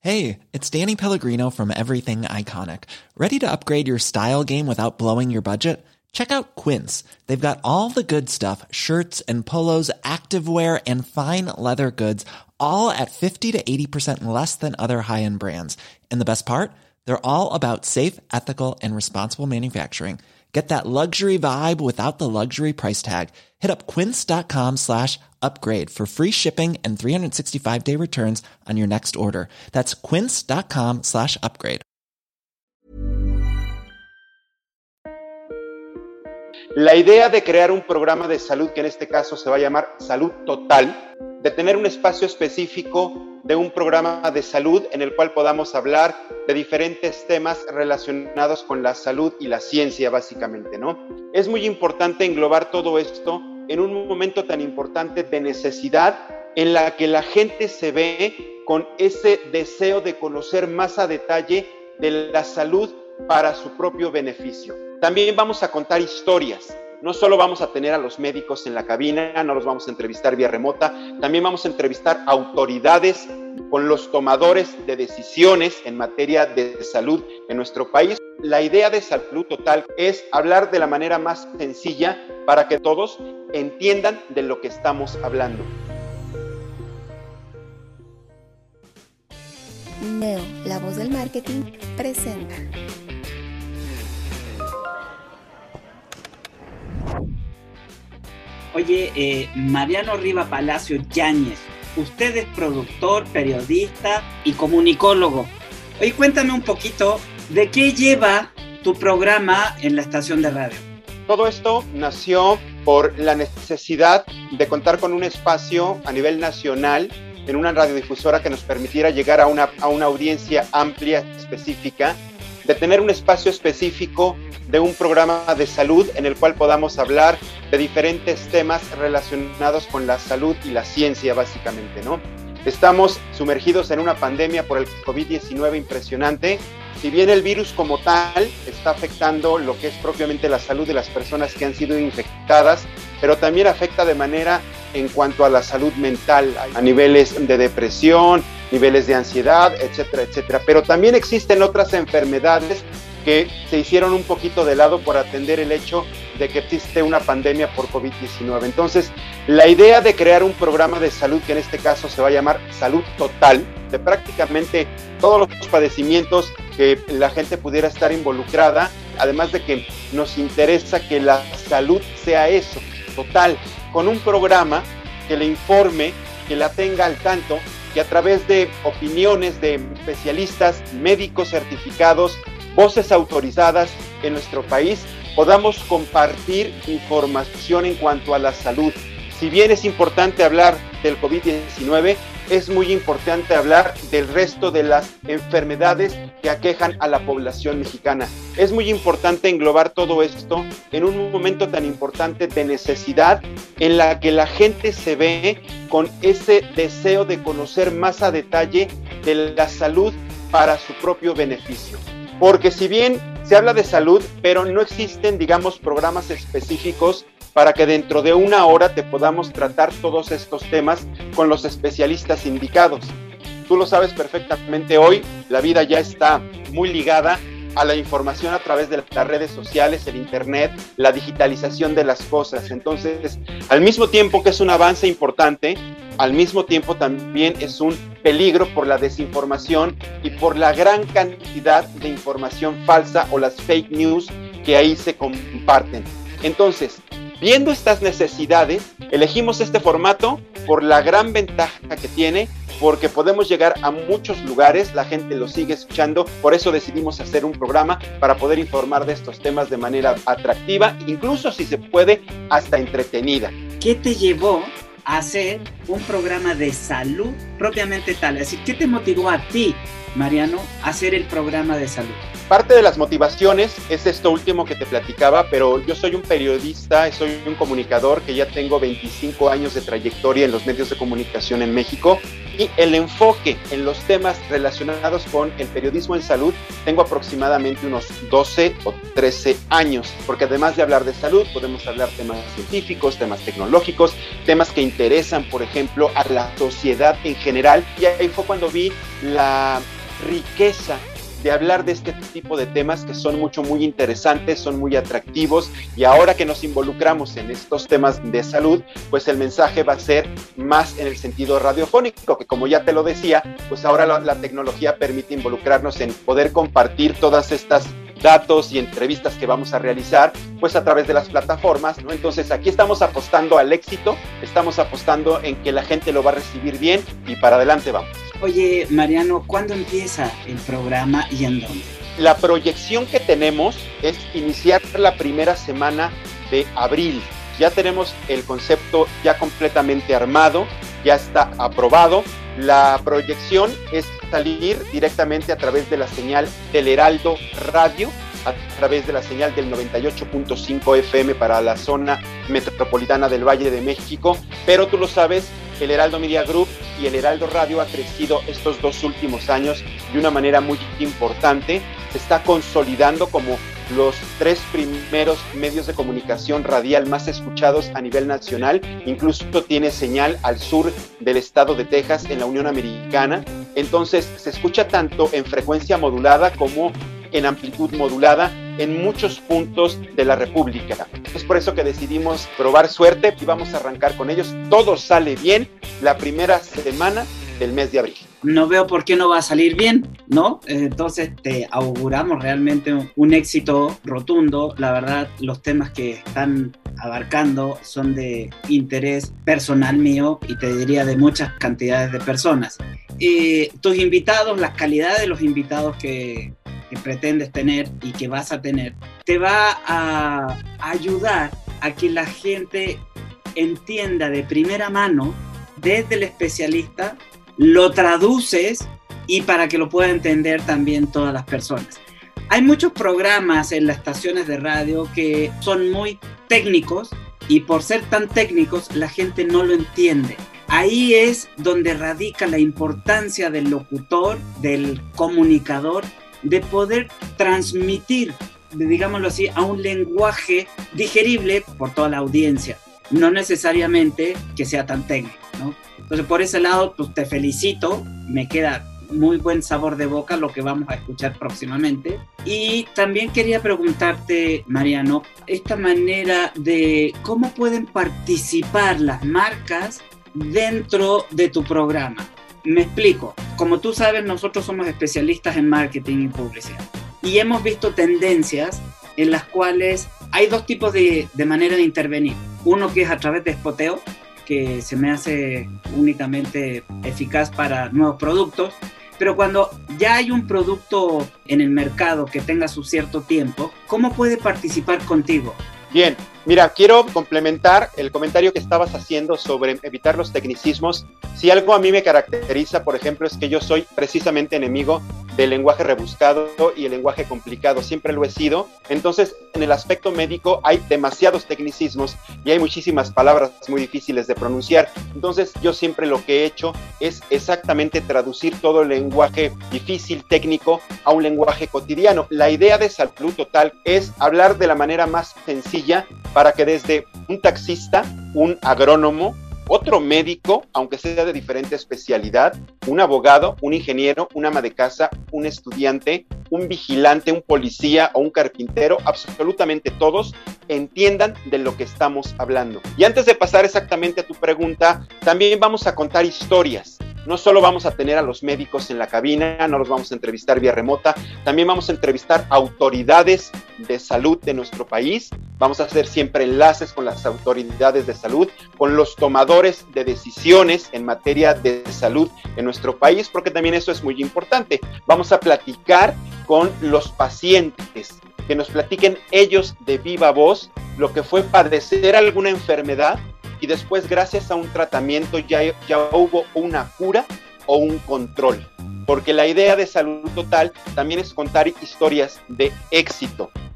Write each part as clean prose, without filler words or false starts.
Hey, it's Danny Pellegrino from Everything Iconic. Ready to upgrade your style game without blowing your budget? Check out Quince. They've got all the good stuff, shirts and polos, activewear, and fine leather goods, all at 50 to 80% less than other high-end brands. And the best part? They're all about safe, ethical, and responsible manufacturing. Get that luxury vibe without the luxury price tag. Hit up quince.com/upgrade for free shipping and 365-day returns on your next order. That's quince.com/upgrade. La idea de crear un programa de salud, que en este caso se va a llamar Salud Total, de tener un espacio específico de un programa de salud en el cual podamos hablar de diferentes temas relacionados con la salud y la ciencia, básicamente, ¿no? Es muy importante englobar todo esto en un momento tan importante de necesidad en la que la gente se ve con ese deseo de conocer más a detalle de la salud para su propio beneficio. También vamos a contar historias. No solo vamos a tener a los médicos en la cabina, no los vamos a entrevistar vía remota, también vamos a entrevistar autoridades con los tomadores de decisiones en materia de salud en nuestro país. La idea de Salud Total es hablar de la manera más sencilla para que todos entiendan de lo que estamos hablando. Neo, la voz del marketing, presenta. Oye, Mariano Riva Palacio Yáñez, usted es productor, periodista y comunicólogo. Oye, cuéntame un poquito de qué lleva tu programa en la estación de radio. Todo esto nació por la necesidad de contar con un espacio a nivel nacional en una radiodifusora que nos permitiera llegar a una audiencia amplia, específica, de tener un espacio específico de un programa de salud en el cual podamos hablar de diferentes temas relacionados con la salud y la ciencia, básicamente, ¿no? Estamos sumergidos en una pandemia por el COVID-19 impresionante. Si bien el virus como tal está afectando lo que es propiamente la salud de las personas que han sido infectadas, pero también afecta de manera en cuanto a la salud mental, a niveles de depresión, niveles de ansiedad, etcétera, etcétera. Pero también existen otras enfermedades que se hicieron un poquito de lado por atender el hecho de que existe una pandemia por COVID-19. Entonces, la idea de crear un programa de salud, que en este caso se va a llamar Salud Total, de prácticamente todos los padecimientos que la gente pudiera estar involucrada, además de que nos interesa que la salud sea eso, total, con un programa que le informe, que la tenga al tanto, que a través de opiniones de especialistas, médicos certificados, voces autorizadas en nuestro país, podamos compartir información en cuanto a la salud. Si bien es importante hablar del COVID-19, es muy importante hablar del resto de las enfermedades que aquejan a la población mexicana. Es muy importante englobar todo esto en un momento tan importante de necesidad en la que la gente se ve con ese deseo de conocer más a detalle de la salud para su propio beneficio. Porque si bien se habla de salud, pero no existen, digamos, programas específicos para que dentro de una hora te podamos tratar todos estos temas con los especialistas indicados. Tú lo sabes perfectamente, hoy la vida ya está muy ligada a la información a través de las redes sociales, el internet, la digitalización de las cosas. Entonces, al mismo tiempo que es un avance importante, al mismo tiempo también es un peligro por la desinformación y por la gran cantidad de información falsa o las fake news que ahí se comparten. Entonces, viendo estas necesidades, elegimos este formato por la gran ventaja que tiene, porque podemos llegar a muchos lugares, la gente lo sigue escuchando, por eso decidimos hacer un programa para poder informar de estos temas de manera atractiva, incluso si se puede, hasta entretenida. ¿Qué te llevó a hacer un programa de salud propiamente tal? Es decir, ¿qué te motivó a ti, Mariano, a hacer el programa de salud? Parte de las motivaciones es esto último que te platicaba, pero yo soy un periodista, soy un comunicador que ya tengo 25 años de trayectoria en los medios de comunicación en México. Y el enfoque en los temas relacionados con el periodismo en salud, tengo aproximadamente unos 12 o 13 años, porque además de hablar de salud, podemos hablar temas científicos, temas tecnológicos, temas que interesan, por ejemplo, a la sociedad en general. Y ahí fue cuando vi la riqueza de hablar de este tipo de temas que son muy interesantes, son muy atractivos, y ahora que nos involucramos en estos temas de salud, pues el mensaje va a ser más en el sentido radiofónico, que como ya te lo decía, pues ahora la tecnología permite involucrarnos en poder compartir todas estas datos y entrevistas que vamos a realizar, pues a través de las plataformas, ¿no? Entonces aquí estamos apostando al éxito, estamos apostando en que la gente lo va a recibir bien, y para adelante vamos. Oye, Mariano, ¿cuándo empieza el programa y en dónde? La proyección que tenemos es iniciar la primera semana de abril. Ya tenemos el concepto ya completamente armado, ya está aprobado. La proyección es salir directamente a través de la señal del Heraldo Radio, a través de la señal del 98.5 FM para la zona metropolitana del Valle de México, pero tú lo sabes, el Heraldo Media Group y el Heraldo Radio ha crecido estos 2 últimos años de una manera muy importante, se está consolidando como los 3 primeros medios de comunicación radial más escuchados a nivel nacional, incluso tiene señal al sur del estado de Texas en la Unión Americana, entonces se escucha tanto en frecuencia modulada como en amplitud modulada en muchos puntos de la República. Es por eso que decidimos probar suerte y vamos a arrancar con ellos. Todo sale bien la primera semana del mes de abril. No veo por qué no va a salir bien, ¿no? Entonces te auguramos realmente un éxito rotundo. La verdad, los temas que están abarcando son de interés personal mío y te diría de muchas cantidades de personas. Tus invitados, la calidad de los invitados que pretendes tener y que vas a tener, te va a ayudar a que la gente entienda de primera mano, desde el especialista, lo traduces y para que lo pueda entender también todas las personas. Hay muchos programas en las estaciones de radio que son muy técnicos y por ser tan técnicos la gente no lo entiende. Ahí es donde radica la importancia del locutor, del comunicador, de poder transmitir, digámoslo así, a un lenguaje digerible por toda la audiencia, no necesariamente que sea tan técnico, ¿no? Entonces, por ese lado, pues te felicito, me queda muy buen sabor de boca lo que vamos a escuchar próximamente. Y también quería preguntarte, Mariano, esta manera de cómo pueden participar las marcas dentro de tu programa. Me explico. Como tú sabes, nosotros somos especialistas en marketing y publicidad. Y hemos visto tendencias en las cuales hay 2 tipos de manera de intervenir. Uno que es a través de spoteo, que se me hace únicamente eficaz para nuevos productos. Pero cuando ya hay un producto en el mercado que tenga su cierto tiempo, ¿cómo puede participar contigo? Bien, mira, quiero complementar el comentario que estabas haciendo sobre evitar los tecnicismos. Si algo a mí me caracteriza, por ejemplo, es que yo soy precisamente enemigo del lenguaje rebuscado y el lenguaje complicado, siempre lo he sido. Entonces, en el aspecto médico hay demasiados tecnicismos y hay muchísimas palabras muy difíciles de pronunciar. Entonces, yo siempre lo que he hecho es exactamente traducir todo el lenguaje difícil, técnico, a un lenguaje cotidiano. La idea de Salud Total es hablar de la manera más sencilla para que desde un taxista, un agrónomo, otro médico, aunque sea de diferente especialidad, un abogado, un ingeniero, un ama de casa, un estudiante, un vigilante, un policía o un carpintero, absolutamente todos entiendan de lo que estamos hablando. Y antes de pasar exactamente a tu pregunta, también vamos a contar historias. No solo vamos a tener a los médicos en la cabina, no los vamos a entrevistar vía remota, también vamos a entrevistar autoridades de salud de nuestro país. Vamos a hacer siempre enlaces con las autoridades de salud, con los tomadores de decisiones en materia de salud en nuestro país, porque también eso es muy importante. Vamos a platicar con los pacientes, que nos platiquen ellos de viva voz lo que fue padecer alguna enfermedad y después, gracias a un tratamiento, ya hubo una cura o un control. Porque la idea de Salud Total también es contar historias de éxito.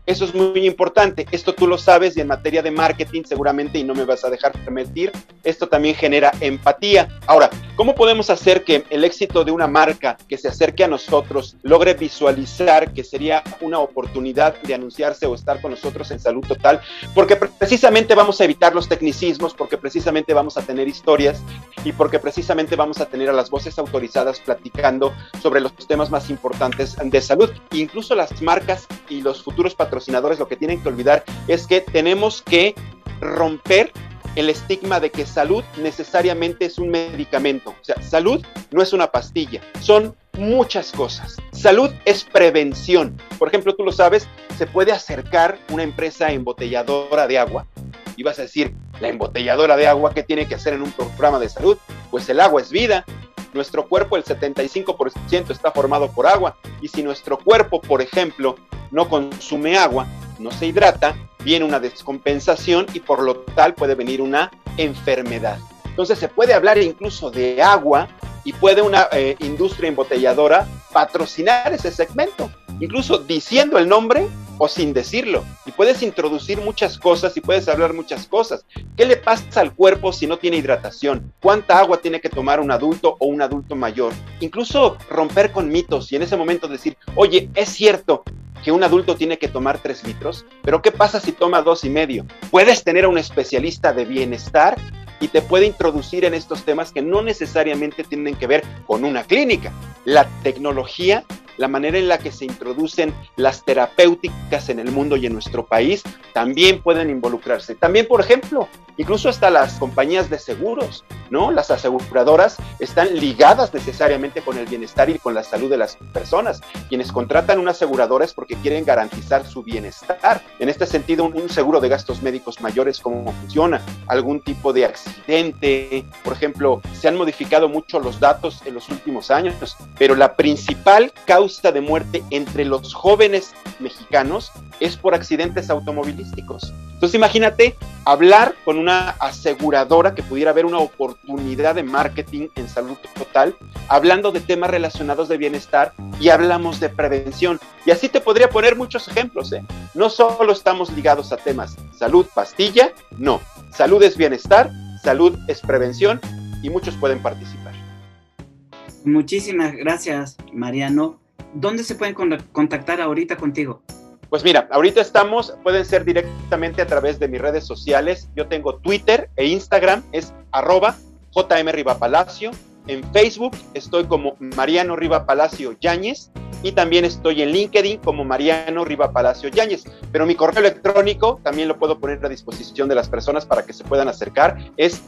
Eso es muy importante. Esto tú lo sabes y en materia de marketing seguramente, y no me vas a dejar mentir, esto también genera empatía. Ahora, ¿cómo podemos hacer que el éxito de una marca que se acerque a nosotros logre visualizar que sería una oportunidad de anunciarse o estar con nosotros en Salud Total? Porque precisamente vamos a evitar los tecnicismos, porque precisamente vamos a tener historias y porque precisamente vamos a tener a las voces autorizadas platicando sobre los temas más importantes de salud. Incluso las marcas y los futuros patrocinadores lo que tienen que olvidar es que tenemos que romper el estigma de que salud necesariamente es un medicamento. O sea, salud no es una pastilla, son muchas cosas. Salud es prevención. Por ejemplo, tú lo sabes, se puede acercar una empresa embotelladora de agua y vas a decir, la embotelladora de agua, ¿qué tiene que hacer en un programa de salud? Pues el agua es vida. Nuestro cuerpo, el 75% está formado por agua, y si nuestro cuerpo, por ejemplo, no consume agua, no se hidrata, viene una descompensación y por lo tal puede venir una enfermedad. Entonces se puede hablar incluso de agua y puede una industria embotelladora patrocinar ese segmento, incluso diciendo el nombre o sin decirlo, y puedes introducir muchas cosas y puedes hablar muchas cosas. ¿Qué le pasa al cuerpo si no tiene hidratación? ¿Cuánta agua tiene que tomar un adulto o un adulto mayor? Incluso romper con mitos y en ese momento decir, oye, es cierto que un adulto tiene que tomar 3 litros, pero ¿qué pasa si toma 2,5? Puedes tener a un especialista de bienestar y te puede introducir en estos temas que no necesariamente tienen que ver con una clínica. La tecnología, la manera en la que se introducen las terapéuticas en el mundo y en nuestro país, también pueden involucrarse. También, por ejemplo, incluso hasta las compañías de seguros, ¿no? Las aseguradoras están ligadas necesariamente con el bienestar y con la salud de las personas. Quienes contratan una aseguradora es porque quieren garantizar su bienestar. En este sentido, un seguro de gastos médicos mayores, ¿cómo funciona? Algún tipo de accidente, por ejemplo, se han modificado mucho los datos en los últimos años, pero la principal causa de muerte entre los jóvenes mexicanos es por accidentes automovilísticos. Entonces imagínate hablar con una aseguradora que pudiera haber una oportunidad de marketing en Salud Total, hablando de temas relacionados de bienestar y hablamos de prevención. Y así te podría poner muchos ejemplos, ¿eh? No solo estamos ligados a temas salud, pastilla, no. Salud es bienestar, salud es prevención y muchos pueden participar. Muchísimas gracias, Mariano. ¿Dónde se pueden contactar ahorita contigo? Pues mira, ahorita pueden ser directamente a través de mis redes sociales. Yo tengo Twitter e Instagram, es @JMRivapalacio. En Facebook estoy como Mariano Riva Palacio Yáñez y también estoy en LinkedIn como Mariano Riva Palacio Yáñez. Pero mi correo electrónico también lo puedo poner a disposición de las personas para que se puedan acercar. Es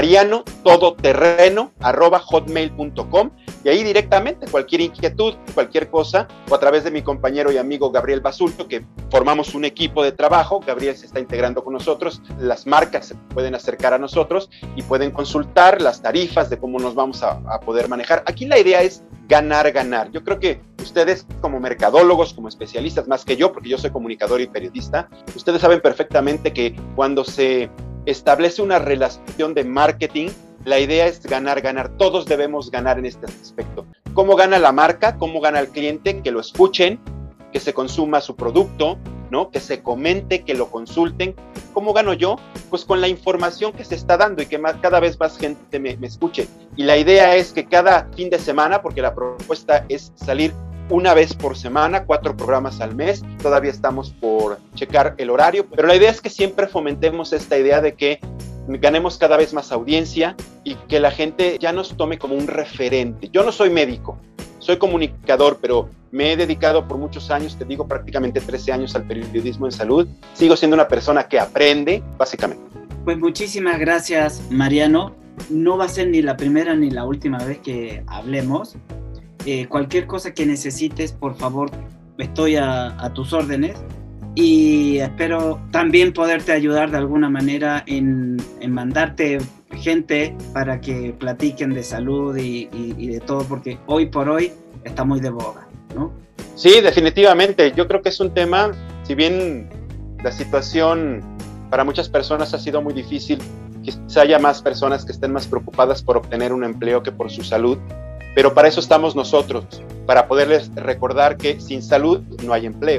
marianotodoterreno@hotmail.com y ahí directamente cualquier inquietud, cualquier cosa, o a través de mi compañero y amigo Gabriel Basulto, que formamos un equipo de trabajo. Gabriel se está integrando con nosotros, las marcas se pueden acercar a nosotros y pueden consultar las tarifas de cómo nos vamos a poder manejar. Aquí la idea es ganar. Yo creo que ustedes como mercadólogos, como especialistas, más que yo, porque yo soy comunicador y periodista, ustedes saben perfectamente que cuando se establece una relación de marketing, la idea es ganar. Todos debemos ganar en este aspecto. ¿Cómo gana la marca? ¿Cómo gana el cliente? Que lo escuchen, que se consuma su producto, ¿no? Que se comente, que lo consulten. ¿Cómo gano yo? Pues con la información que se está dando y que cada vez más gente me escuche. Y la idea es que cada fin de semana, porque la propuesta es salir una vez por semana, 4 programas al mes. Todavía estamos por checar el horario, pero la idea es que siempre fomentemos esta idea de que ganemos cada vez más audiencia y que la gente ya nos tome como un referente. Yo no soy médico, soy comunicador, pero me he dedicado por muchos años, te digo prácticamente 13 años al periodismo en salud. Sigo siendo una persona que aprende, básicamente. Pues muchísimas gracias, Mariano. No va a ser ni la primera ni la última vez que hablemos. Cualquier cosa que necesites, por favor, estoy a tus órdenes. Y espero también poderte ayudar de alguna manera en mandarte gente para que platiquen de salud y de todo, porque hoy por hoy está muy de boga, ¿no? Sí, definitivamente. Yo creo que es un tema, si bien la situación para muchas personas ha sido muy difícil, quizá haya más personas que estén más preocupadas por obtener un empleo que por su salud, pero para eso estamos nosotros, para poderles recordar que sin salud no hay empleo.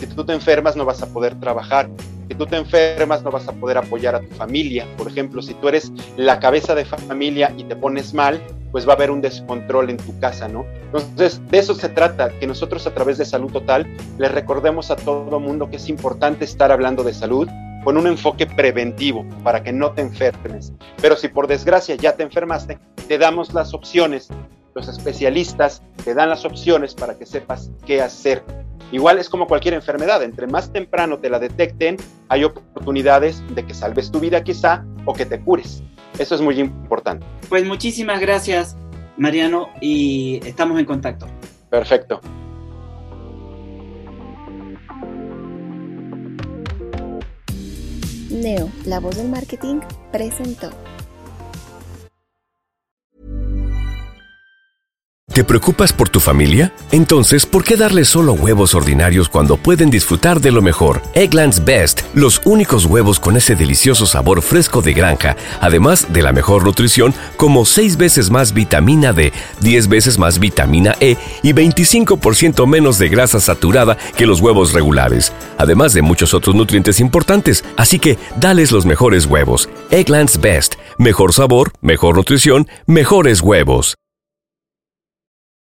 Si tú te enfermas, no vas a poder trabajar. Si tú te enfermas, no vas a poder apoyar a tu familia. Por ejemplo, si tú eres la cabeza de familia y te pones mal, pues va a haber un descontrol en tu casa, ¿no? Entonces, de eso se trata, que nosotros a través de Salud Total les recordemos a todo mundo que es importante estar hablando de salud con un enfoque preventivo para que no te enfermes. Pero si por desgracia ya te enfermaste, te damos las opciones. Los especialistas te dan las opciones para que sepas qué hacer. Igual es como cualquier enfermedad, entre más temprano te la detecten, hay oportunidades de que salves tu vida quizá o que te cures. Eso es muy importante. Pues muchísimas gracias, Mariano, y estamos en contacto. Perfecto. Neo, la voz del marketing, presentó. ¿Te preocupas por tu familia? Entonces, ¿por qué darles solo huevos ordinarios cuando pueden disfrutar de lo mejor? Eggland's Best, los únicos huevos con ese delicioso sabor fresco de granja, además de la mejor nutrición, como 6 veces más vitamina D, 10 veces más vitamina E y 25% menos de grasa saturada que los huevos regulares, además de muchos otros nutrientes importantes. Así que, dales los mejores huevos. Eggland's Best, mejor sabor, mejor nutrición, mejores huevos.